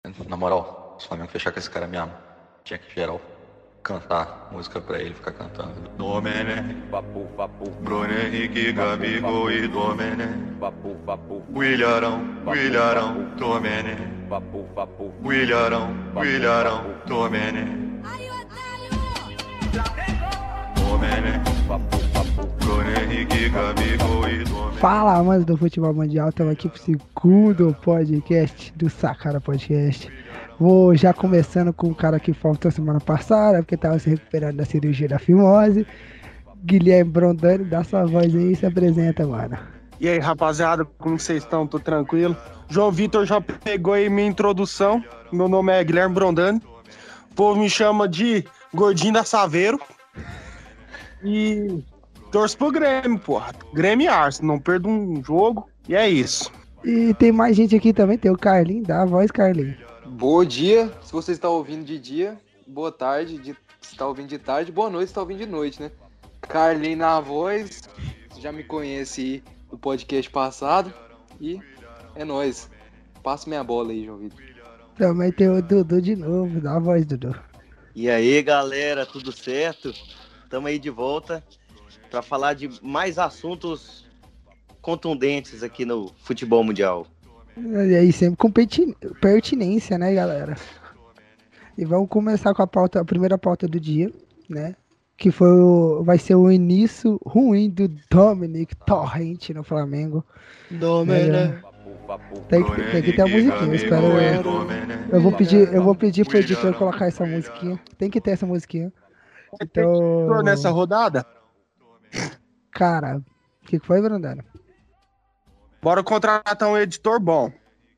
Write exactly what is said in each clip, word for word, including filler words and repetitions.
Na moral, se o Flamengo fechar com esse cara mesmo, tinha que geral cantar música pra ele, ficar cantando. Domenech, papo, papo, Bruno Henrique, Gabigol e Domenech. Papo, papo, Williarão, Williarão, Domenech. Papo, papo, Williarão, Williarão, Domenech. Domenech, papo, papo, Bruno Henrique, Gabigol e Domenech. Fala, amantes do futebol mundial, estamos aqui pro segundo podcast do Sacara Podcast. Vou já começando com o cara que faltou semana passada, porque estava se recuperando da cirurgia da fimose. Guilherme Brondani, dá sua voz aí e se apresenta, mano. E aí, rapaziada, como vocês estão? Tô tranquilo? João Vitor já pegou aí minha introdução. Meu nome é Guilherme Brondani. O povo me chama de Gordinho da Saveiro. E torço pro Grêmio, porra. Grêmio e Arsenal, não perdo um jogo. E é isso. E tem mais gente aqui também, tem o Carlinho, dá a voz, Carlinho. Bom dia, se você está ouvindo de dia. Boa tarde, de, se está ouvindo de tarde. Boa noite, se está ouvindo de noite, né? Carlinho na voz, já me conhece aí do podcast passado. E é nóis. Passa minha bola aí, João Vitor. Também tem o Dudu de novo, dá a voz, Dudu. E aí, galera, tudo certo? Estamos aí de volta para falar de mais assuntos contundentes aqui no futebol mundial. E aí, sempre com pertin- pertinência, né, galera? E vamos começar com a pauta, a primeira pauta do dia, né? Que foi o, vai ser o início ruim do Dominic Torrent no Flamengo. Dominic. Tem que, tem que ter a musiquinha, eu espero. Eu vou pedir, eu vou pedir pro editor colocar essa musiquinha. Tem que ter essa musiquinha. Então, Nessa rodada, cara, o que, que foi, Brandano? bora contratar um editor bom.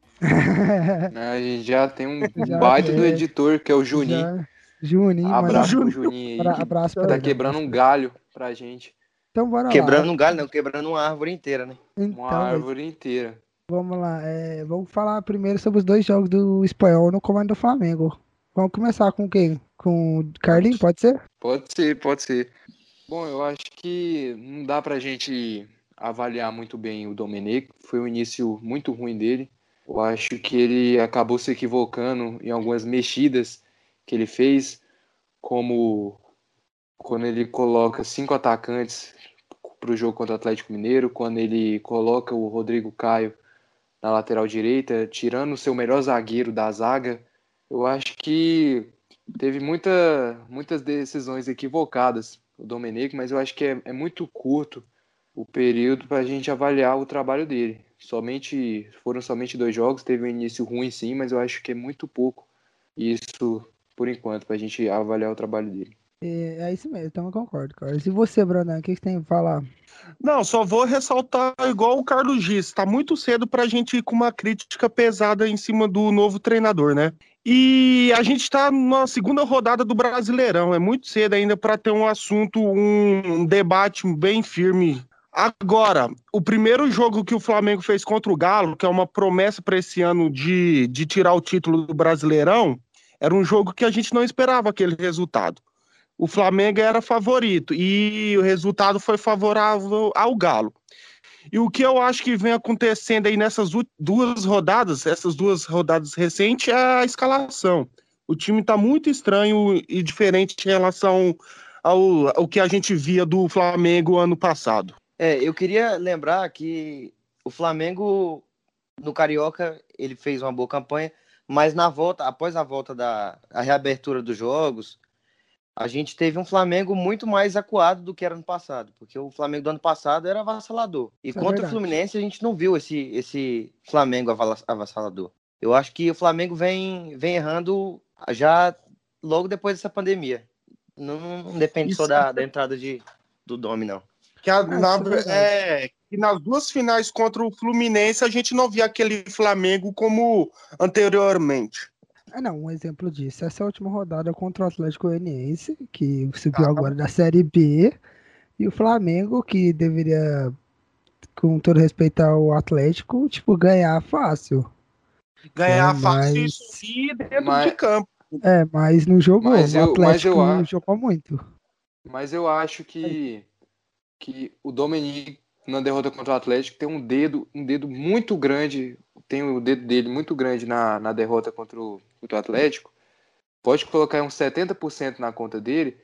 A gente já tem um Já baita tem. do editor, que é o Juninho. Já- Juninho, Abraço mano. pro Juninho aí, Abra- que abraço pra tá ele, quebrando abraço um pra galho pra gente. Então bora Quebrando lá. um galho, não, quebrando uma árvore inteira, né? Então, Uma mas árvore inteira. vamos lá. é, vamos falar primeiro sobre os dois jogos do Espanhol no comando do Flamengo. Vamos começar com quem? Com o Carlinhos, pode ser? Pode ser, pode ser. Bom, eu acho que não dá pra gente avaliar muito bem o Domenech. Foi um início muito ruim dele. Eu acho que ele acabou se equivocando em algumas mexidas que ele fez, como quando ele coloca cinco atacantes para o jogo contra o Atlético Mineiro, quando ele coloca o Rodrigo Caio na lateral direita, tirando o seu melhor zagueiro da zaga. Eu acho que teve muita, muitas decisões equivocadas o Domenech, mas eu acho que é, é muito curto o período para a gente avaliar o trabalho dele. Somente, foram somente dois jogos, teve um início ruim sim, mas eu acho que é muito pouco isso, por enquanto, para a gente avaliar o trabalho dele. É, é isso mesmo, então eu concordo, cara. E você, Brandão, o que que você tem pra falar? Não, só vou ressaltar igual o Carlos disse, tá muito cedo pra gente ir com uma crítica pesada em cima do novo treinador, né? E a gente tá na segunda rodada do Brasileirão, é muito cedo ainda pra ter um assunto, um, um debate bem firme. Agora, o primeiro jogo que o Flamengo fez contra o Galo, que é uma promessa para esse ano de, de tirar o título do Brasileirão, era um jogo que a gente não esperava aquele resultado. O Flamengo era favorito e o resultado foi favorável ao Galo. E o que eu acho que vem acontecendo aí nessas duas rodadas, essas duas rodadas recentes, é a escalação. O time está muito estranho e diferente em relação ao, ao que a gente via do Flamengo ano passado. É, eu queria lembrar que o Flamengo, no Carioca, ele fez uma boa campanha, mas na volta, após a volta da a reabertura dos jogos, a gente teve um Flamengo muito mais acuado do que era no passado, porque o Flamengo do ano passado era avassalador. E Isso é contra o verdade. Fluminense a gente não viu esse, esse Flamengo avala- avassalador. Eu acho que o Flamengo vem, vem errando já logo depois dessa pandemia. Não, não depende Isso só da, da entrada de, do Domi, não. Que, a, Ah, na, isso é verdade. é, que nas duas finais contra o Fluminense a gente não via aquele Flamengo como anteriormente. Ah, não, um exemplo disso. Essa é a última rodada contra o Atlético Goianiense, que subiu Tá. agora da Série B, e o Flamengo, que deveria, com todo respeito ao Atlético, tipo, ganhar fácil. Ganhar É, fácil mas- e subir dentro Mas- de campo. É, mas não jogou. Mas o eu- mas Atlético eu acho- jogou muito. Mas eu acho que, que o Domenech, na derrota contra o Atlético, tem um dedo, um dedo muito grande tem o dedo dele muito grande na, na derrota contra o, contra o Atlético, pode colocar uns setenta por cento na conta dele,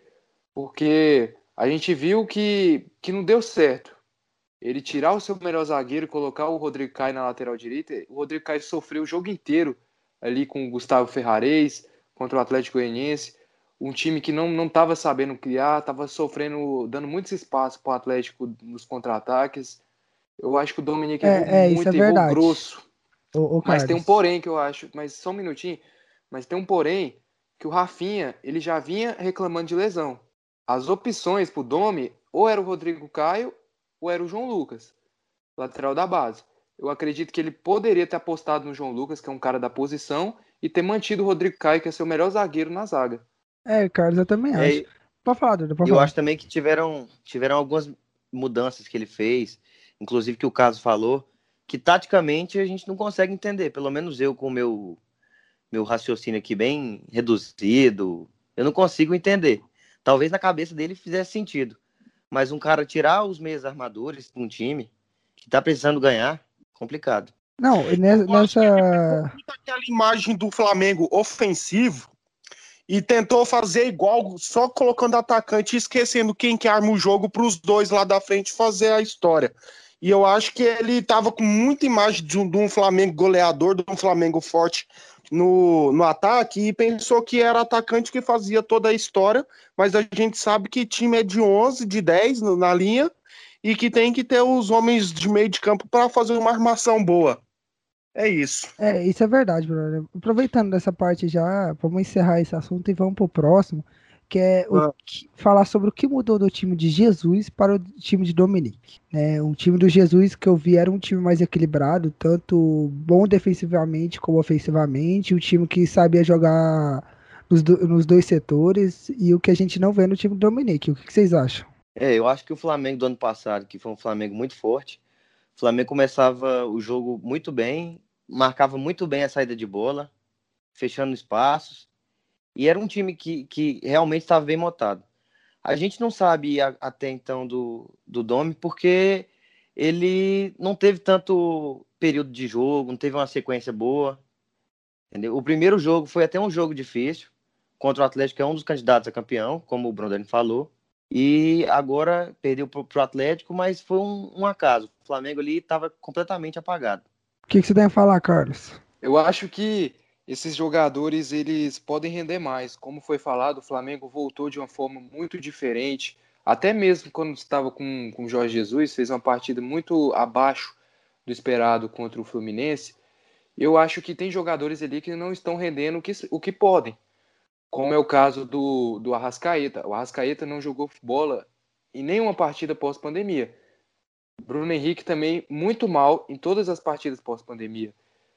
porque a gente viu que, que não deu certo. Ele tirar o seu melhor zagueiro e colocar o Rodrigo Caio na lateral direita, o Rodrigo Caio sofreu o jogo inteiro ali com o Gustavo Ferrares contra o Atlético Goianiense, um time que não estava sabendo criar, estava sofrendo, dando muitos espaços para o Atlético nos contra-ataques. Eu acho que o Dominique errou É, é, isso muito, é errou verdade. grosso. Ô, ô, Mas tem um Carlos. porém que eu acho, mas só um minutinho, mas tem um porém que o Rafinha, ele já vinha reclamando de lesão. As opções pro Domi, ou era o Rodrigo Caio, ou era o João Lucas, lateral da base. Eu acredito que ele poderia ter apostado no João Lucas, que é um cara da posição, e ter mantido o Rodrigo Caio, que é seu melhor zagueiro na zaga. É, Carlos, eu também acho. É, Pode falar, Duda, pode eu falar. acho também que tiveram, tiveram algumas mudanças que ele fez, inclusive que o Caso falou, que taticamente a gente não consegue entender. Pelo menos eu, com o meu, meu raciocínio aqui bem reduzido, eu não consigo entender. Talvez na cabeça dele fizesse sentido. Mas um cara tirar os meias armadores de um time que tá precisando ganhar, complicado. Não, e ne- Eu acho que ele pegou nessa. muito aquela imagem do Flamengo ofensivo e tentou fazer igual, só colocando atacante e esquecendo quem que arma o jogo para os dois lá da frente fazer a história. E eu acho que ele tava com muita imagem de um, de um Flamengo goleador, de um Flamengo forte no, no ataque, e pensou que era atacante que fazia toda a história, mas a gente sabe que time é de onze, de dez no- na linha, e que tem que ter os homens de meio de campo para fazer uma armação boa. É isso. É, isso é verdade, brother. Aproveitando dessa parte já, vamos encerrar esse assunto e vamos pro próximo, que é o Ah. que- falar sobre o que mudou do time de Jesus para o time de Dominique. Né? Um time do Jesus que eu vi era um time mais equilibrado, tanto bom defensivamente como ofensivamente, um time que sabia jogar nos, do- nos dois setores, e o que a gente não vê no time do Dominique. O que que vocês acham? É, eu acho que o Flamengo do ano passado, que foi um Flamengo muito forte, o Flamengo começava o jogo muito bem, marcava muito bem a saída de bola, fechando espaços, e era um time que, que realmente estava bem montado. A gente não sabe a- até então do, do Domi, porque ele não teve tanto período de jogo, não teve uma sequência boa, entendeu? O primeiro jogo foi até um jogo difícil, contra o Atlético, que é um dos candidatos a campeão, como o Brondani falou, e agora perdeu para o Atlético, mas foi um, um acaso. O Flamengo ali estava completamente apagado. O que que você tem a falar, Carlos? Eu acho que esses jogadores eles podem render mais. Como foi falado, o Flamengo voltou de uma forma muito diferente. Até mesmo quando estava com, com o Jorge Jesus, fez uma partida muito abaixo do esperado contra o Fluminense. Eu acho que tem jogadores ali que não estão rendendo o que, o que podem. Como é o caso do, do Arrascaeta. O Arrascaeta não jogou bola em nenhuma partida pós-pandemia. Bruno Henrique também muito mal em todas as partidas pós-pandemia.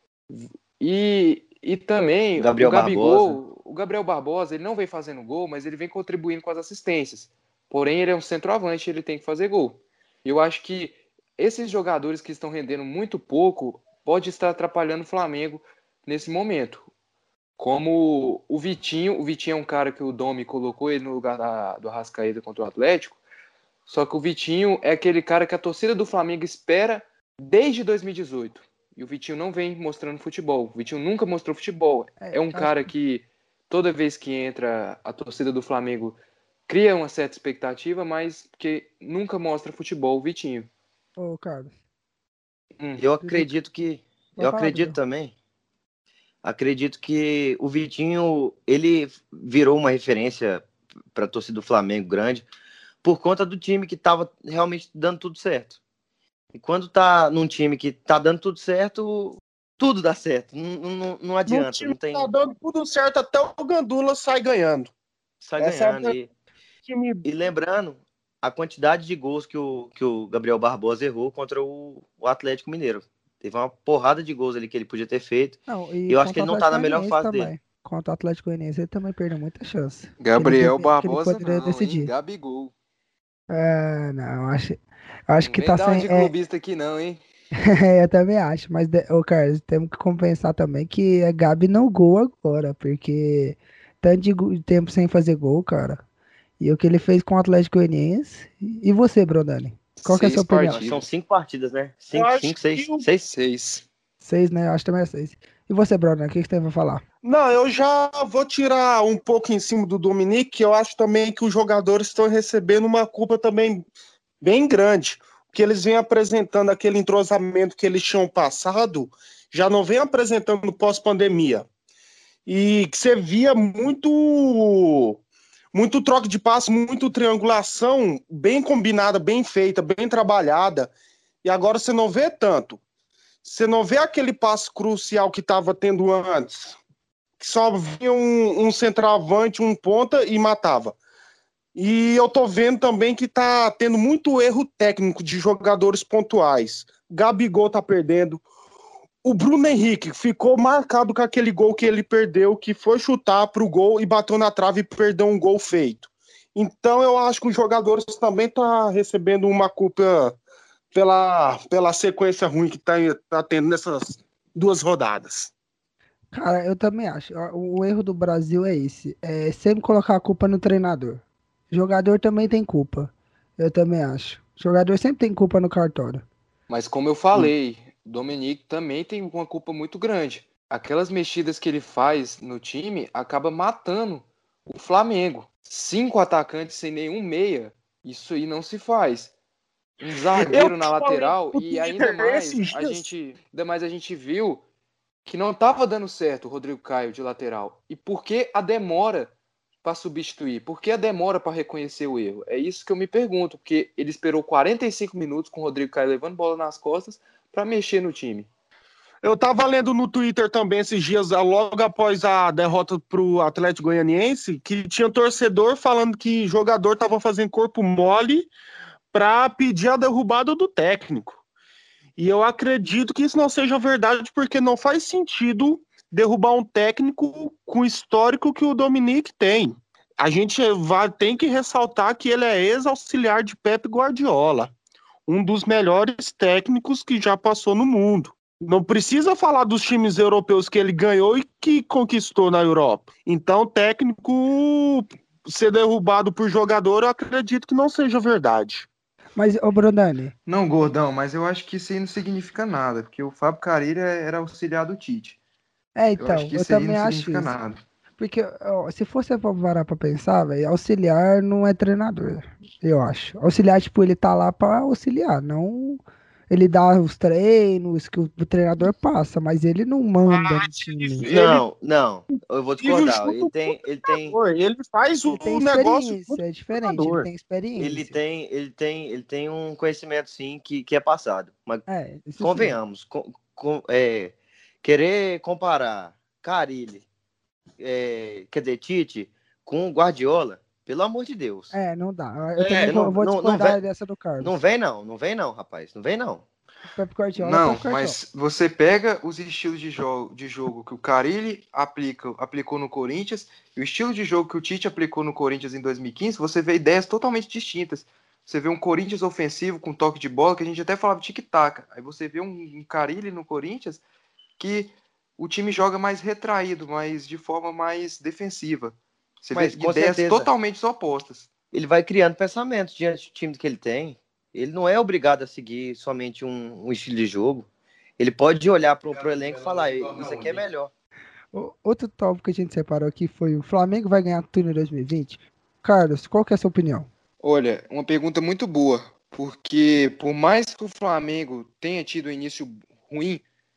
E, e também Gabriel o Gabigol, Barbosa. o Gabriel Barbosa, ele não vem fazendo gol, mas ele vem contribuindo com as assistências. Porém, ele é um centroavante, ele tem que fazer gol. E eu acho que esses jogadores que estão rendendo muito pouco pode estar atrapalhando o Flamengo nesse momento. Como o Vitinho, o Vitinho é um cara que o Domi colocou ele no lugar da, do Arrascaeta contra o Atlético, só que o Vitinho é aquele cara que a torcida do Flamengo espera desde dois mil e dezoito. E o Vitinho não vem mostrando futebol. O Vitinho nunca mostrou futebol. É, É um acho cara que toda vez que entra a torcida do Flamengo cria uma certa expectativa, mas que nunca mostra futebol, o Vitinho. Ô, Carlos. Hum. Eu acredito que. Pode Eu falar, acredito Dudu. também. Acredito que o Vitinho ele virou uma referência para a torcida do Flamengo grande por conta do time que estava realmente dando tudo certo. E quando tá num time que tá dando tudo certo, tudo dá certo. Não, não, não No adianta, time não tem. tá dando tudo certo, até o Gandula sai ganhando. Sai Essa é a ganhando. E, time. e lembrando a quantidade de gols que o, que o Gabriel Barbosa errou contra o, o Atlético Mineiro. Teve uma porrada de gols ali que ele podia ter feito. Não, E e eu acho que contra o ele não tá Atlético na melhor Goianiense fase também. dele. Contra o Atlético Goianiense ele também perdeu muita chance. Gabriel que ele, deve- que ele Barbosa poderia não, hein? decidir. Gabigol. É, não, acho, acho Não que vem tá dar uma sem. de É, clubista aqui não, hein? eu também acho, mas, de- ô, Carlos, temos que compensar também que a Gabi não gol agora, porque tanto de go- tempo sem fazer gol, cara. E o que ele fez com o Atlético Goianiense. E você, Brondani? Qual que é a sua Seis opinião? Eu acho que são partidas. cinco partidas, né? Eu Cinco, acho cinco, que seis, o seis. Seis. Seis, né? Eu acho que também é seis. E você, Bruno, o que que você tem pra falar? Não, eu já vou tirar um pouco em cima do Dominique, que eu acho também que os jogadores estão recebendo uma culpa também bem grande, porque eles vêm apresentando aquele entrosamento que eles tinham passado, já não vem apresentando pós-pandemia. E que você via muito muito troca de passe, muito triangulação, bem combinada, bem feita, bem trabalhada, e agora você não vê tanto. Você não vê aquele passe crucial que estava tendo antes, que só vinha um, um centroavante, um ponta e matava. E eu tô vendo também que tá tendo muito erro técnico de jogadores pontuais. Gabigol tá perdendo. O Bruno Henrique ficou marcado com aquele gol que ele perdeu, que foi chutar pro gol e bateu na trave e perdeu um gol feito. Então eu acho que os jogadores também estão recebendo uma culpa pela, pela sequência ruim que tá, tá tendo nessas duas rodadas. Cara, eu também acho. O, o erro do Brasil é esse. É sempre colocar a culpa no treinador. Jogador também tem culpa. Eu também acho. Jogador sempre tem culpa no cartório. Mas como eu falei, o Dominique também tem uma culpa muito grande. Aquelas mexidas que ele faz no time acaba matando o Flamengo. Cinco atacantes sem nenhum meia, isso aí não se faz. Um zagueiro Eu na falei lateral no e ainda Twitter mais esses a dias. gente, ainda mais a gente viu que não estava dando certo o Rodrigo Caio de lateral. E por que a demora para substituir? Por que a demora para reconhecer o erro? É isso que eu me pergunto, porque ele esperou quarenta e cinco minutos com o Rodrigo Caio levando bola nas costas para mexer no time. Eu tava lendo no Twitter também esses dias, logo após a derrota pro Atlético Goianiense, que tinha torcedor falando que jogador tava fazendo corpo mole para pedir a derrubada do técnico. E eu acredito que isso não seja verdade, porque não faz sentido derrubar um técnico com o histórico que o Dominique tem. A gente vai, tem que ressaltar que ele é ex-auxiliar de Pep Guardiola, um dos melhores técnicos que já passou no mundo. Não precisa falar dos times europeus que ele ganhou e que conquistou na Europa. Então, técnico ser derrubado por jogador, eu acredito que não seja verdade. Mas, ô Brunani, Não, Gordão, mas eu acho que isso aí não significa nada, porque o Fábio Carille era auxiliar do Tite. é, Eu acho então, que eu isso aí também não acho significa isso. nada. Porque ó, se você for parar pra pensar, velho, auxiliar não é treinador, eu acho. Auxiliar, tipo, ele tá lá pra auxiliar, não ele dá os treinos que o, o treinador passa, mas ele não manda no time. Ele Não, não. Eu vou vive discordar. Ele junto com o tem, ele tem, treinador, ele faz Ele tem o negócio junto experiência, é com o diferente, ele treinador. tem ele experiência. tem, ele tem, ele tem um conhecimento sim que, que é passado. Mas É, isso sim. convenhamos, com, com- é, querer comparar Carille, é, quer dizer, Tite, com o Guardiola, pelo amor de Deus. É, não dá. Eu também Você É, vou, não, eu vou não, não vem, discordar dessa do não Carlos. vem não, não vem não, rapaz, não vem não. Pep Guardiola é Não, Pep Guardiola. mas você pega os estilos de jogo, de jogo que o Carille aplica, aplicou no Corinthians e o estilo de jogo que o Tite aplicou no Corinthians em dois mil e quinze, você vê ideias totalmente distintas. Você vê um Corinthians ofensivo com toque de bola, que a gente até falava tic-tac. Aí você vê um, um Carille no Corinthians que o time joga mais retraído, mas de forma mais defensiva. Você Mas vê com ideias certeza totalmente opostas. ele vai criando pensamentos diante do time que ele tem. Ele não é obrigado a seguir somente um, um estilo de jogo. Ele pode olhar para o elenco e falar: isso aqui é melhor. O- Outro tópico que a gente separou aqui foi o Flamengo vai ganhar tudo em dois mil e vinte. Carlos, qual que é a sua opinião? Olha, uma pergunta muito boa, porque por mais que o Flamengo tenha tido um início ruim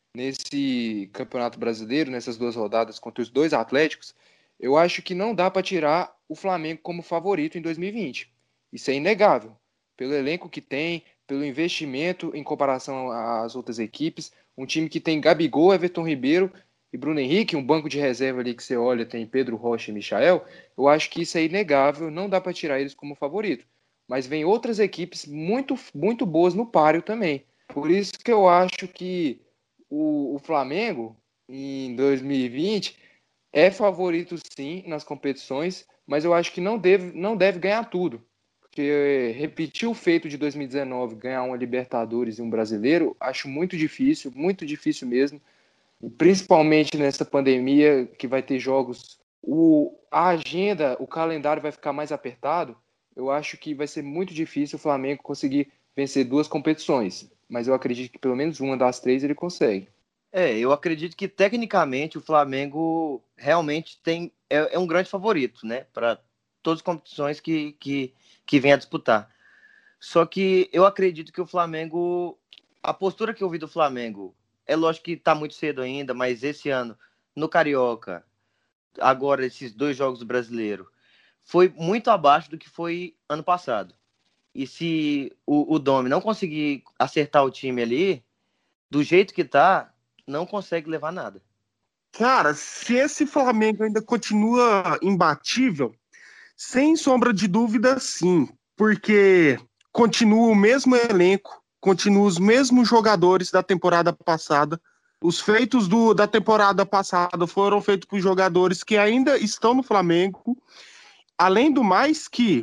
nesse Campeonato Brasileiro, nessas duas rodadas contra os dois Atléticos, eu acho que não dá para tirar o Flamengo como favorito em dois mil e vinte. Isso é inegável, pelo elenco que tem, pelo investimento em comparação às outras equipes, um time que tem Gabigol, Everton Ribeiro e Bruno Henrique, um banco de reserva ali que você olha, tem Pedro Rocha e Michael. Eu acho que isso é inegável, não dá para tirar eles como favorito. Mas vem outras equipes muito, muito boas no páreo também. Por isso que eu acho que o, o Flamengo, em dois mil e vinte, é favorito sim nas competições, mas eu acho que não deve, não deve ganhar tudo. Porque repetir o feito de dois mil e dezenove, ganhar uma Libertadores e um Brasileiro, acho muito difícil, muito difícil mesmo. Principalmente nessa pandemia, que vai ter jogos, o, a agenda, o calendário vai ficar mais apertado. Eu acho que vai ser muito difícil o Flamengo conseguir vencer duas competições, mas eu acredito que pelo menos uma das três ele consegue. É, eu acredito que tecnicamente o Flamengo realmente tem é, é um grande favorito, né, para todas as competições que, que, que vem a disputar. Só que eu acredito que o Flamengo, a postura que eu vi do Flamengo, é lógico que está muito cedo ainda, mas esse ano, no Carioca, agora esses dois jogos do Brasileiro, foi muito abaixo do que foi ano passado. E se o, o Domi não conseguir acertar o time ali, do jeito que tá, não consegue levar nada. Cara, se esse Flamengo ainda continua imbatível, sem sombra de dúvida, sim, porque continua o mesmo elenco, continua os mesmos jogadores da temporada passada. Os feitos do, da temporada passada foram feitos por jogadores que ainda estão no Flamengo. Além do mais que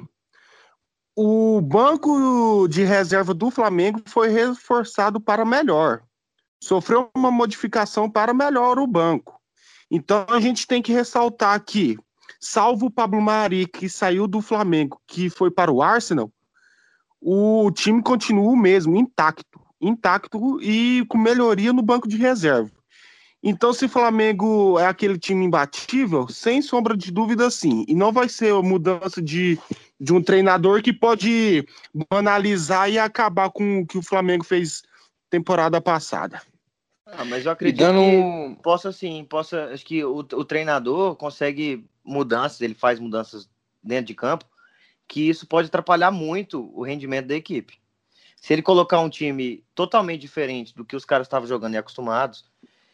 o banco de reserva do Flamengo foi reforçado para melhor. Sofreu uma modificação para melhor o banco. Então a gente tem que ressaltar que, salvo o Pablo Mari, que saiu do Flamengo, que foi para o Arsenal, o time continua o mesmo, intacto, intacto e com melhoria no banco de reserva. Então, se o Flamengo é aquele time imbatível, sem sombra de dúvida, sim. E não vai ser a mudança de, de um treinador que pode banalizar e acabar com o que o Flamengo fez temporada passada. Ah, mas eu E acredito dando que um- possa sim, possa, acho que o, o treinador consegue mudanças, ele faz mudanças dentro de campo, que isso pode atrapalhar muito o rendimento da equipe. Se ele colocar um time totalmente diferente do que os caras estavam jogando e acostumados,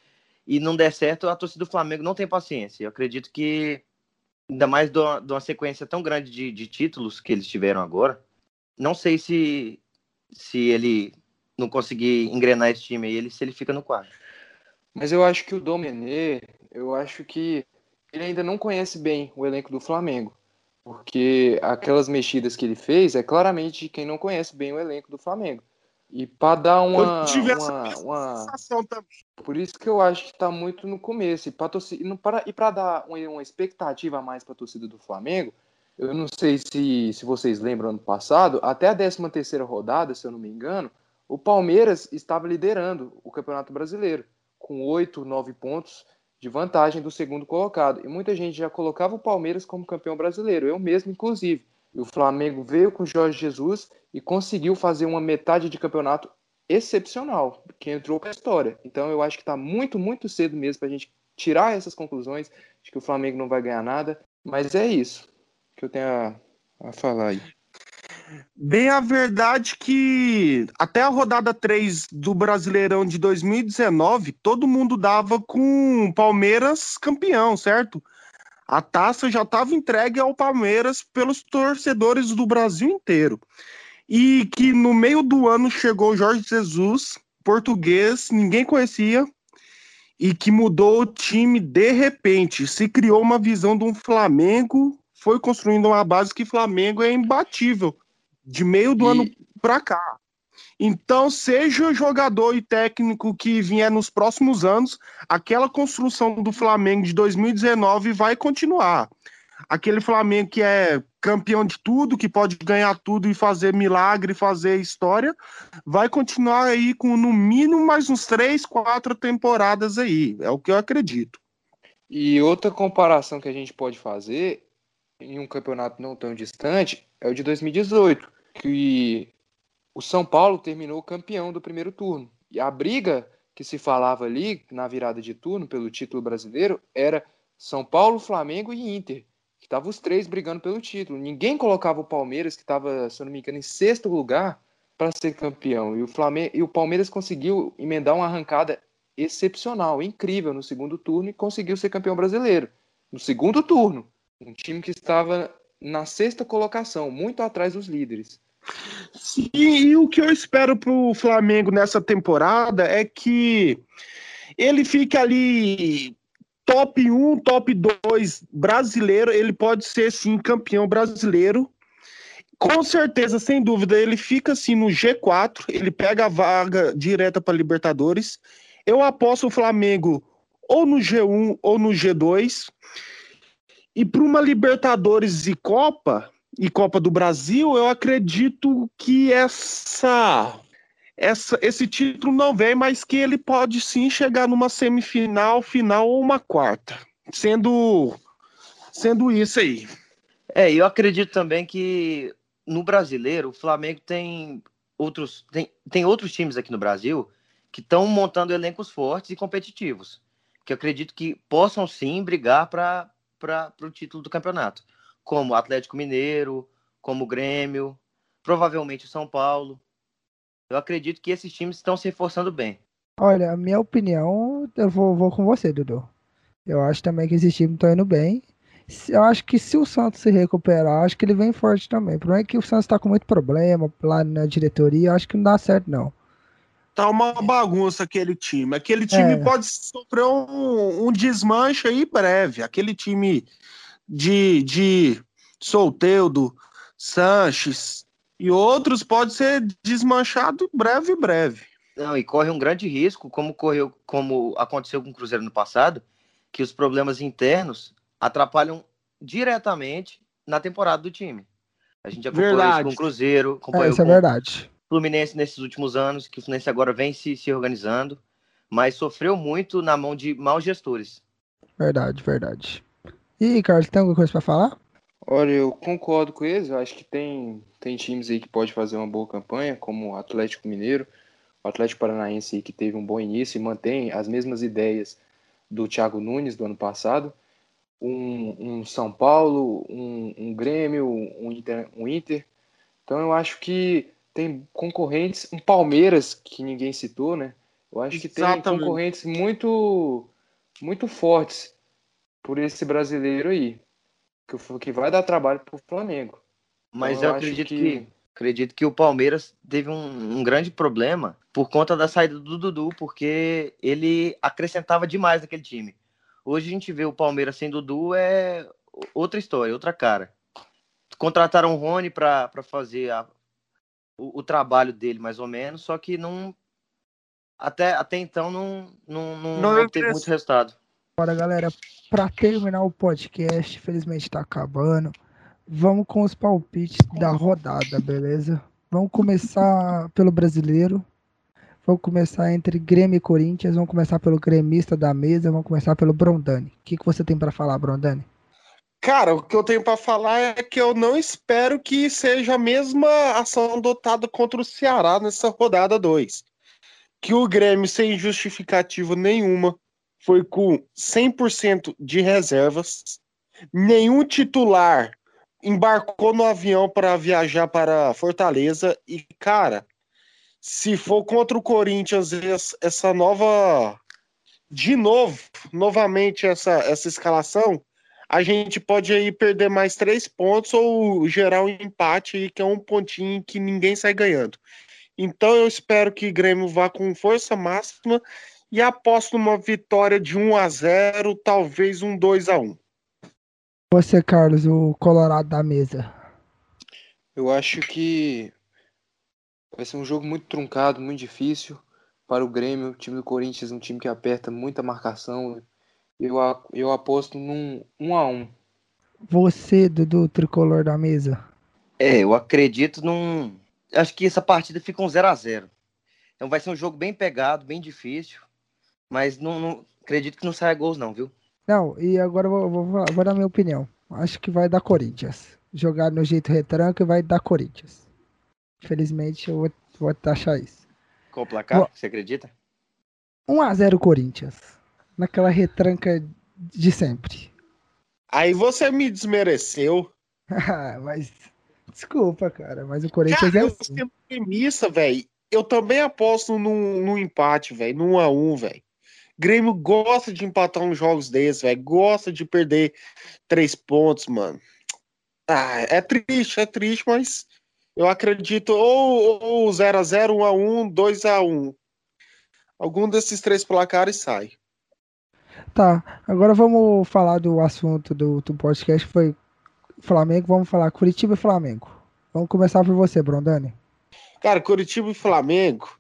e não der certo, a torcida do Flamengo não tem paciência. Eu acredito que, ainda mais de uma, de uma sequência tão grande de, de títulos que eles tiveram agora, não sei se, se ele não conseguir engrenar esse time aí, ele, se ele fica no quadro. Mas eu acho que o Domenech, eu acho que ele ainda não conhece bem o elenco do Flamengo. Porque aquelas mexidas que ele fez é claramente de quem não conhece bem o elenco do Flamengo. E para dar uma, Eu tive essa uma, mesma uma... sensação também. Por isso que eu acho que está muito no começo. E para torcida... e para dar uma, uma expectativa a mais para a torcida do Flamengo, eu não sei se, se vocês lembram ano passado, até a décima terceira rodada, se eu não me engano, o Palmeiras estava liderando o Campeonato Brasileiro, com oito, nove pontos de vantagem do segundo colocado. E muita gente já colocava o Palmeiras como campeão brasileiro, eu mesmo, inclusive. E o Flamengo veio com o Jorge Jesus e conseguiu fazer uma metade de campeonato excepcional, que entrou para a história. Então eu acho que está muito, muito cedo mesmo para a gente tirar essas conclusões de que o Flamengo não vai ganhar nada. Mas é isso que eu tenho a, a falar aí. Bem a verdade que até a rodada três do Brasileirão de dois mil e dezenove, todo mundo dava com o Palmeiras campeão, certo? A taça já estava entregue ao Palmeiras pelos torcedores do Brasil inteiro. E que no meio do ano chegou o Jorge Jesus, português, ninguém conhecia, e que mudou o time de repente. Se criou uma visão de um Flamengo, foi construindo uma base que Flamengo é imbatível, de meio do E- ano para cá. Então, seja o jogador e técnico que vier nos próximos anos, aquela construção do Flamengo de dois mil e dezenove vai continuar. Aquele Flamengo que é campeão de tudo, que pode ganhar tudo e fazer milagre, fazer história, vai continuar aí com no mínimo mais uns três, quatro temporadas aí. É o que eu acredito. E outra comparação que a gente pode fazer em um campeonato não tão distante é o de dois mil e dezoito, que o São Paulo terminou campeão do primeiro turno. E a briga que se falava ali na virada de turno pelo título brasileiro era São Paulo, Flamengo e Inter, que estavam os três brigando pelo título. Ninguém colocava o Palmeiras, que estava, se eu não me engano, em sexto lugar, para ser campeão. E o, Flamengo, e o Palmeiras conseguiu emendar uma arrancada excepcional, incrível no segundo turno e conseguiu ser campeão brasileiro. No segundo turno, um time que estava na sexta colocação, muito atrás dos líderes. Sim, e o que eu espero pro Flamengo nessa temporada é que ele fique ali top um, top dois brasileiro, ele pode ser sim campeão brasileiro. Com certeza, sem dúvida, ele fica assim no G quatro, ele pega a vaga direta para Libertadores. Eu aposto o Flamengo ou no G um ou no G dois. E para uma Libertadores e Copa, e Copa do Brasil, eu acredito que essa essa, esse título não vem, mas que ele pode sim chegar numa semifinal, final ou uma quarta. Sendo, sendo isso aí. É, eu acredito também que no brasileiro, o Flamengo tem outros, tem, tem outros times aqui no Brasil que estão montando elencos fortes e competitivos, que eu acredito que possam sim brigar para o título do campeonato, como o Atlético Mineiro, como o Grêmio, provavelmente o São Paulo. Eu acredito que esses times estão se reforçando bem. Olha, a minha opinião, eu vou, vou com você, Dudu. Eu acho também que esses times estão indo bem. Se- Eu acho que se o Santos se recuperar, acho que ele vem forte também. O problema é que o Santos está com muito problema lá na diretoria. Eu acho que não dá certo, não. Tá uma bagunça aquele time. Aquele time É, pode sofrer um, um desmanche aí breve. Aquele time de, de Soteldo, Sanches e outros pode ser desmanchado breve, breve. Não, e corre um grande risco, como correu, como aconteceu com o Cruzeiro no passado, que os problemas internos atrapalham diretamente na temporada do time. A gente acompanhou isso com o Verdade. Cruzeiro, é, acompanhou isso é com o verdade. Fluminense nesses últimos anos, que o Fluminense agora vem se, se organizando, mas sofreu muito na mão de maus gestores. Verdade, verdade. E, Carlos, tem alguma coisa pra falar? Olha, eu concordo com eles. Eu acho que tem, tem times aí que pode fazer uma boa campanha, como o Atlético Mineiro, o Atlético Paranaense aí que teve um bom início e mantém as mesmas ideias do Thiago Nunes do ano passado. Um, um São Paulo, um, um Grêmio, um Inter, um Inter. Então eu acho que tem concorrentes, um Palmeiras que ninguém citou, né? Eu acho que tem Exatamente. concorrentes muito, muito fortes por esse brasileiro aí, que, que vai dar trabalho para o Flamengo. Então Mas eu eu acho acredito que que acredito que o Palmeiras teve um, um grande problema por conta da saída do Dudu, porque ele acrescentava demais naquele time. Hoje a gente vê o Palmeiras sem Dudu é outra história, outra cara. Contrataram o Rony para fazer a, o, o trabalho dele, mais ou menos, só que não até, até então não, não, não, Não não é obteve muito resultado. Bora, galera. Pra terminar o podcast, infelizmente tá acabando. Vamos com os palpites da rodada, beleza? Vamos começar pelo brasileiro. Vamos começar entre Grêmio e Corinthians. Vamos começar pelo gremista da mesa. Vamos começar pelo Brondani. O que, que você tem pra falar, Brondani? Cara, o que eu tenho pra falar é que eu não espero que seja a mesma ação adotada contra o Ceará nessa rodada dois. Que o Grêmio, sem justificativa nenhuma, foi com cem por cento de reservas. Nenhum titular embarcou no avião para viajar para Fortaleza. E, cara, se for contra o Corinthians essa nova. De novo, novamente, essa, essa escalação, a gente pode aí perder mais três pontos ou gerar um empate aí, que é um pontinho que ninguém sai ganhando. Então eu espero que o Grêmio vá com força máxima e aposto numa vitória de um a zero, talvez um dois a um. Você, Carlos, o Colorado da mesa. eu acho que vai ser um jogo muito truncado, muito difícil para o Grêmio. O time do Corinthians é um time que aperta muita marcação. Eu, a- eu aposto num um a um. Você, Dudu, tricolor da mesa. É, eu acredito num. Acho que essa partida fica um zero a zero. Então vai ser um jogo bem pegado, bem difícil. Mas não, não- acredito que não saia gols, não, viu? Não, e agora eu vou, vou, vou vou dar minha opinião. Acho que vai dar Corinthians. Jogar no jeito retranco e vai dar Corinthians. Infelizmente, eu vou, vou taxar isso. Qual o Vou- placar? Você acredita? um a zero Corinthians. Naquela retranca de sempre. Aí você me desmereceu. Mas, desculpa, cara, mas o Corinthians Cara, é eu assim. sendo premissa, velho. Eu também aposto num, num empate, velho, num um a um, velho. Grêmio gosta de empatar uns jogos desses, velho. Gosta de perder três pontos, mano. Ah, é triste, é triste, mas eu acredito ou, ou zero a zero, um a um, dois a um. Algum desses três placares sai. Tá, agora vamos falar do assunto do, do podcast, que foi Flamengo. Vamos falar Curitiba e Flamengo. Vamos começar por você, Brondani. Cara, Curitiba e Flamengo,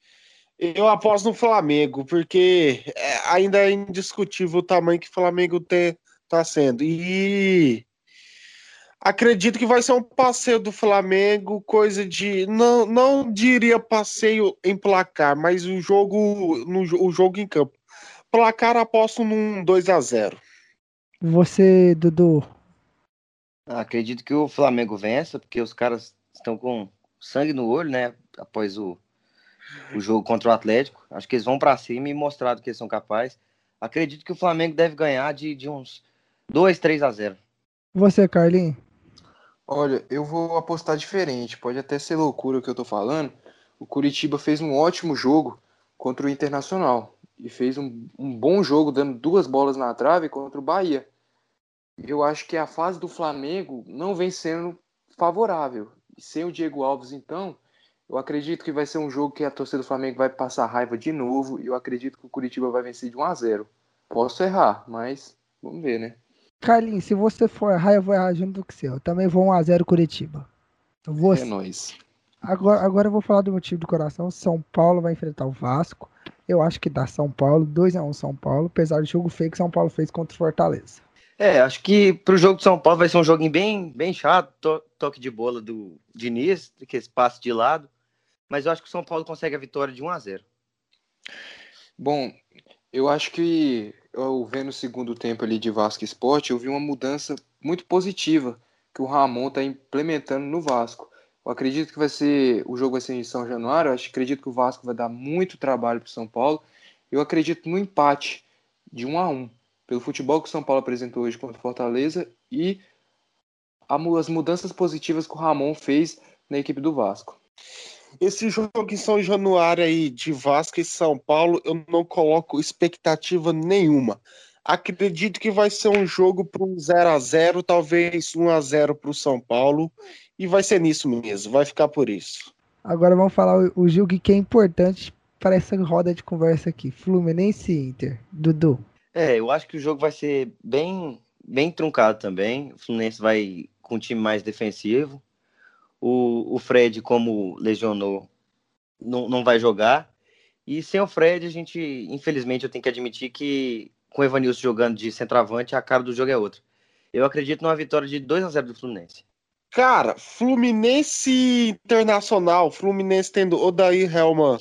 eu aposto no Flamengo, porque é, ainda é indiscutível o tamanho que o Flamengo te, tá sendo. E Acredito que vai ser um passeio do Flamengo, coisa de. Não, não diria passeio em placar, mas o jogo, no, o jogo em campo. Placar aposto num dois a zero. Você, Dudu, Acredito que o Flamengo vença, porque os caras estão com sangue no olho, né? Após o, o jogo contra o Atlético. Acho que eles vão para cima e mostraram que eles são capazes. Acredito que o Flamengo deve ganhar de, de uns dois, três a zero. você, Carlinhos. Olha, eu vou apostar diferente. Pode até ser loucura o que eu tô falando. O Curitiba fez um ótimo jogo contra o Internacional. E fez um, um bom jogo, dando duas bolas na trave contra o Bahia. Eu acho que a fase do Flamengo não vem sendo favorável. E sem o Diego Alves, então, eu acredito que vai ser um jogo que a torcida do Flamengo vai passar raiva de novo. E eu acredito que o Curitiba vai vencer de um a zero. Posso errar, mas vamos ver, né? Carlinhos, se você for errar, eu vou errar junto com você. Eu também vou um a zero Curitiba. É Você. nóis. Agora, agora eu vou falar do meu time do coração. São Paulo vai enfrentar o Vasco. Eu acho que dá São Paulo, dois a um São Paulo, apesar do jogo feio que São Paulo fez contra o Fortaleza. É, acho que pro jogo de São Paulo vai ser um joguinho bem, bem chato, to- toque de bola do Diniz, que esse passe de lado, mas eu acho que o São Paulo consegue a vitória de um a zero. Bom, eu acho que eu vendo o segundo tempo ali de Vasco e Sport, eu vi uma mudança muito positiva que o Ramon está implementando no Vasco. Eu acredito que vai ser, o jogo vai ser em São Januário, eu acho, acredito que o Vasco vai dar muito trabalho para o São Paulo. Eu acredito no empate de um a um, pelo futebol que o São Paulo apresentou hoje contra o Fortaleza e a mu- as mudanças positivas que o Ramon fez na equipe do Vasco. Esse jogo em São Januário aí de Vasco e São Paulo, eu não coloco expectativa nenhuma. Acredito que vai ser um jogo para um zero a zero, talvez um a zero para o São Paulo, e vai ser nisso mesmo, vai ficar por isso. Agora vamos falar o, o jogo que é importante para essa roda de conversa aqui. Fluminense e Inter. Dudu. É, eu acho que o jogo vai ser bem, bem truncado também. O Fluminense vai com um time mais defensivo. O, o Fred, como lesionou, não, não vai jogar. E sem o Fred, a gente, infelizmente, eu tenho que admitir que com o Evanilson jogando de centroavante, a cara do jogo é outra. Eu acredito numa vitória de dois a zero do Fluminense. Cara, Fluminense Internacional, Fluminense tendo Odair Hellmann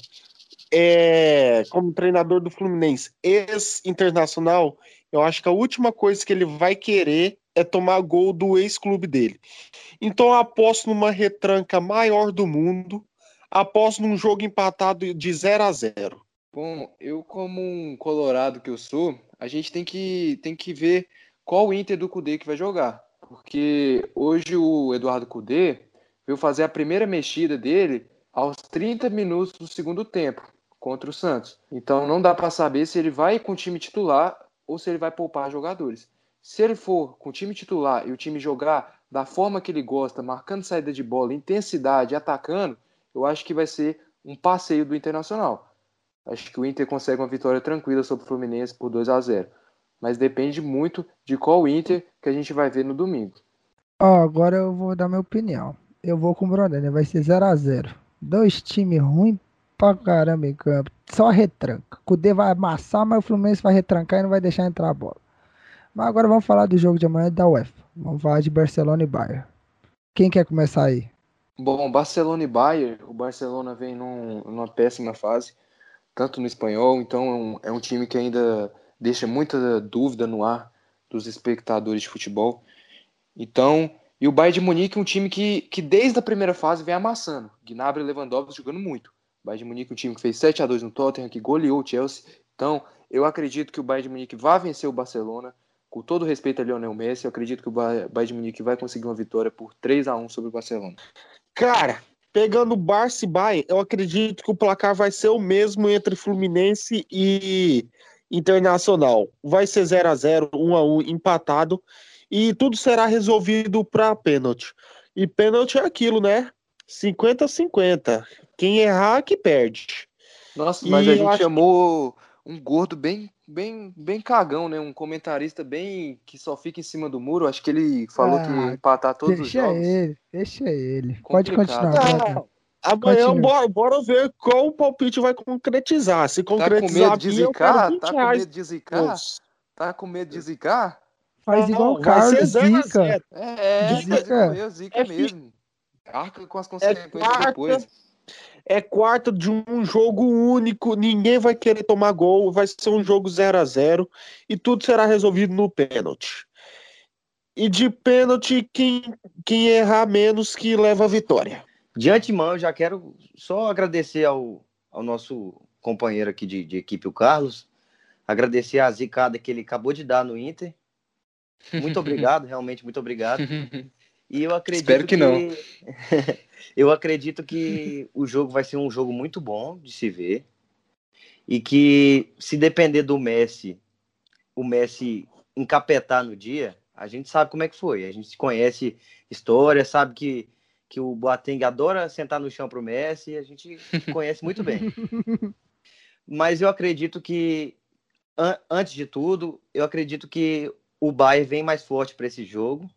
é, como treinador do Fluminense, ex-internacional, eu acho que a última coisa que ele vai querer é tomar gol do ex-clube dele. Então eu aposto numa retranca maior do mundo, aposto num jogo empatado de zero a zero. Bom, eu como um colorado que eu sou, a gente tem que, tem que ver qual o Inter do Cudê que vai jogar. Porque hoje o Eduardo Cudê veio fazer a primeira mexida dele aos trinta minutos do segundo tempo contra o Santos. Então não dá para saber se ele vai com o time titular ou se ele vai poupar jogadores. Se ele for com o time titular e o time jogar da forma que ele gosta, marcando saída de bola, intensidade, atacando, eu acho que vai ser um passeio do Internacional. Acho que o Inter consegue uma vitória tranquila sobre o Fluminense por dois a zero. Mas depende muito de qual Inter que a gente vai ver no domingo. Ó, agora eu vou dar minha opinião. Eu vou com o Brunelli, vai ser zero a zero. Dois times ruins pra caramba em campo. Só retranca. O Cudê vai amassar, mas o Fluminense vai retrancar e não vai deixar entrar a bola. Mas agora vamos falar do jogo de amanhã da UEFA. Vamos falar de Barcelona e Bayern. Quem quer começar aí? Bom, Barcelona e Bayern, o Barcelona vem num, numa péssima fase, tanto no espanhol, então é um, é um time que ainda deixa muita dúvida no ar dos espectadores de futebol. Então, e o Bayern de Munique é um time que, que desde a primeira fase vem amassando. Gnabry e Lewandowski jogando muito. O Bayern de Munique é um time que fez sete a dois no Tottenham, que goleou o Chelsea. Então, eu acredito que o Bayern de Munique vai vencer o Barcelona. Com todo respeito a Lionel Messi, eu acredito que o Bayern de Munique vai conseguir uma vitória por três a um sobre o Barcelona. Cara, pegando Barça e Bayern, eu acredito que o placar vai ser o mesmo entre Fluminense e Internacional. Vai ser zero a zero, um a um, empatado. E tudo será resolvido para pênalti. E pênalti é aquilo, né? cinquenta a cinquenta. Quem errar, que perde. Nossa, E mas a eu gente acho chamou um gordo bem, bem, bem cagão, né? Um comentarista bem que só fica em cima do muro. Acho que ele falou que ia Ah, empatar todos os deixa jogos. ele, deixa ele. Pode Complicado. continuar, Brunelli. que amanhã Continua. bora, bora ver qual o palpite vai concretizar. Se Tá com concretizar medo de bem, eu quero zicar? vinte Tá com reais. medo de zicar? Tá com medo de zicar? Faz igual o Não, vai ser Carlos, zero a zica. zero. É, é, Zica. faz igual eu, zica É fi- mesmo. Arca com as É consequências quarta, depois. é quarta de um jogo único, ninguém vai querer tomar gol, vai ser um jogo zero a zero e tudo será resolvido no pênalti. E de pênalti, quem, quem errar menos que leva a vitória. De antemão, eu já quero só agradecer ao, ao nosso companheiro aqui de, de equipe, o Carlos. Agradecer a zicada que ele acabou de dar no Inter. Muito obrigado, realmente muito obrigado. E eu Espero acredito que não. que eu acredito que o jogo vai ser um jogo muito bom de se ver. E que, se depender do Messi, o Messi encapetar no dia, a gente sabe como é que foi. A gente conhece história, sabe que, que o Boateng adora sentar no chão pro Messi, a gente conhece muito bem. Mas eu acredito que, an- antes de tudo, eu acredito que o Bayern vem mais forte para esse jogo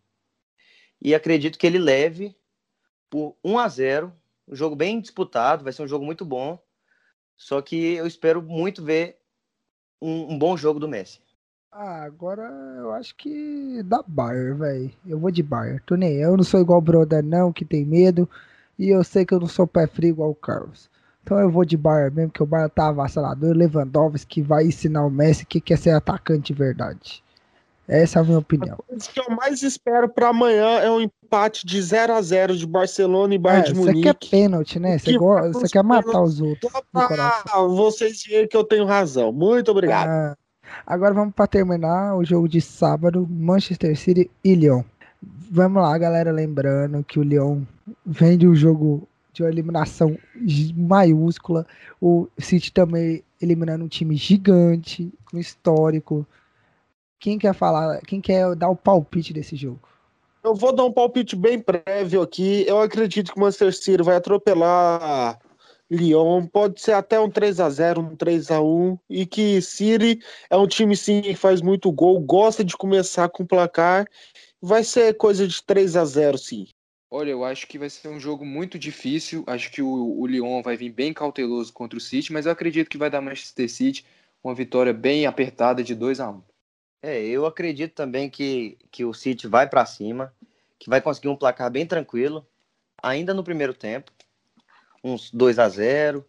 e acredito que ele leve por um a zero, um jogo bem disputado, vai ser um jogo muito bom, só que eu espero muito ver um, um bom jogo do Messi. Ah, agora eu acho que dá Bayern, velho. Eu vou de Bayern. Tô nem aí. Eu não sou igual o Broda, não, que tem medo. E eu sei que eu não sou pé frio igual o Carlos. Então eu vou de Bayern mesmo, que o Bayern tá avassalador. Lewandowski vai ensinar o Messi que quer ser atacante de verdade. Essa é a minha A opinião. coisa que eu mais espero para amanhã é um empate de zero a zero de Barcelona e Bayern É, de você quer Munique. pênalti, né? Você Que vai go... para você os quer matar pênaltis os outros só no coração. para vocês verem que eu tenho razão. Muito obrigado. Ah, agora vamos para terminar o jogo de sábado, Manchester City e Lyon. Vamos lá, galera, lembrando que o Lyon vem de um jogo de uma eliminação gi- maiúscula. O City também eliminando um time gigante, um histórico. Quem quer falar, quem quer dar o palpite desse jogo? Eu vou dar um palpite bem prévio aqui. Eu acredito que o Manchester City vai atropelar Lyon. Pode ser até um três a zero, um três a um. E que City é um time, sim, que faz muito gol, gosta de começar com placar. Vai ser coisa de três a zero, sim. Olha, eu acho que vai ser um jogo muito difícil. Acho que o, o Lyon vai vir bem cauteloso contra o City, mas eu acredito que vai dar Manchester City uma vitória bem apertada de dois a um. É, eu acredito também que, que o City vai para cima, que vai conseguir um placar bem tranquilo, ainda no primeiro tempo, uns dois a zero,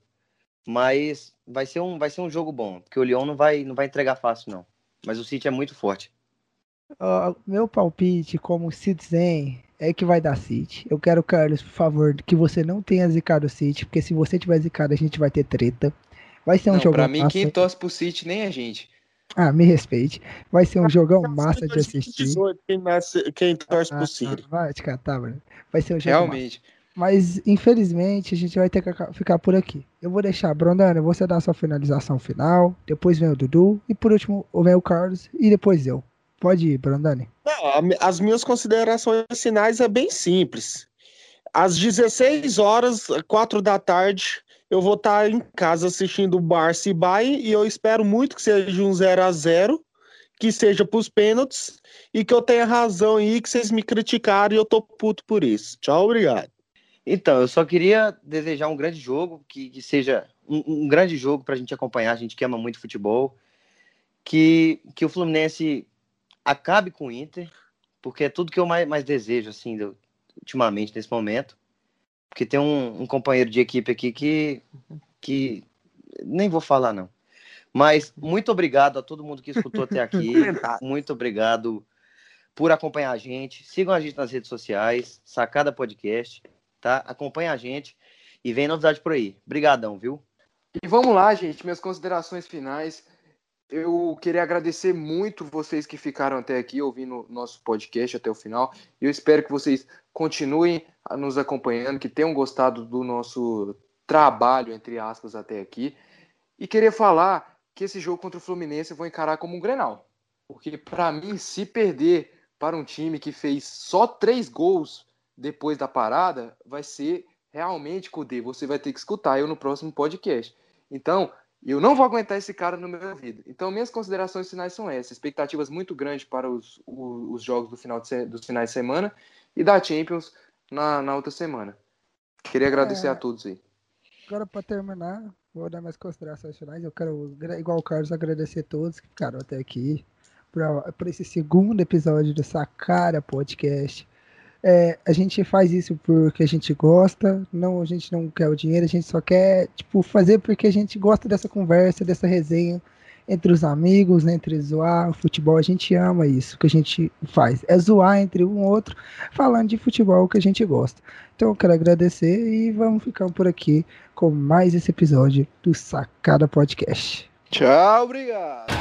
mas vai ser um, vai ser um jogo bom, porque o Lyon não vai, não vai entregar fácil, não. Mas o City é muito forte. Ó, meu palpite como Citizen é que vai dar City. Eu quero, Carlos, por favor, que você não tenha zicado o City, porque se você tiver zicado, a gente vai ter treta. Vai ser um Não, pra jogão mim, quem massa. torce pro City nem a gente. Ah, me respeite. Vai ser um jogão Nasceu em massa de assistir. dois mil e dezoito, quem, nasce, quem torce pro Ah, City. vai te catar, mano. Vai ser um jogo massa. Realmente. Mas, infelizmente, a gente vai ter que aca- ficar por aqui. Eu vou deixar, Brondana, você dar a sua finalização final, depois vem o Dudu, e por último vem o Carlos, e depois eu. Pode ir, Brondani. Não, a mi- as minhas considerações finais é bem simples. Às dezesseis horas, quatro da tarde, eu vou estar em casa assistindo o Barça e Bayern e eu espero muito que seja um zero a zero, que seja pros pênaltis e que eu tenha razão aí, que vocês me criticaram e eu tô puto por isso. Tchau, obrigado. Então, eu só queria desejar um grande jogo, que, que seja um, um grande jogo para a gente acompanhar, a gente que ama muito futebol, que, que o Fluminense acabe com o Inter, porque é tudo que eu mais, mais desejo, assim, do- ultimamente, nesse momento, porque tem um, um companheiro de equipe aqui que, que nem vou falar, não. Mas muito obrigado a todo mundo que escutou até aqui, muito obrigado por acompanhar a gente, sigam a gente nas redes sociais, Sacada Podcast, tá? Acompanha a gente e vem novidade por aí. Obrigadão, viu? E vamos lá, gente, minhas considerações finais. Eu queria agradecer muito vocês que ficaram até aqui ouvindo o nosso podcast até o final. Eu espero que vocês continuem nos acompanhando, que tenham gostado do nosso trabalho, entre aspas, até aqui. E queria falar que esse jogo contra o Fluminense eu vou encarar como um Grenal. Porque, para mim, se perder para um time que fez só três gols depois da parada, vai ser realmente, Cudê, você vai ter que escutar eu no próximo podcast. Então, eu não vou aguentar esse cara no meu ouvido. Então, minhas considerações finais são essas. Expectativas muito grandes para os, os, os jogos do final de se, dos finais de semana e da Champions na, na outra semana. Queria agradecer a É, todos aí. agora para terminar, vou dar minhas considerações finais. Eu quero, gra- igual o Carlos, agradecer a todos que ficaram até aqui. para esse segundo episódio do Sacara Podcast. É, a gente faz isso porque a gente gosta, não, a gente não quer o dinheiro, a gente só quer tipo, fazer porque a gente gosta dessa conversa, dessa resenha entre os amigos, né, entre zoar o futebol, a gente ama isso que a gente faz, é zoar entre um e outro, falando de futebol que a gente gosta. Então eu quero agradecer e vamos ficar por aqui com mais esse episódio do Sacada Podcast. Tchau, obrigado.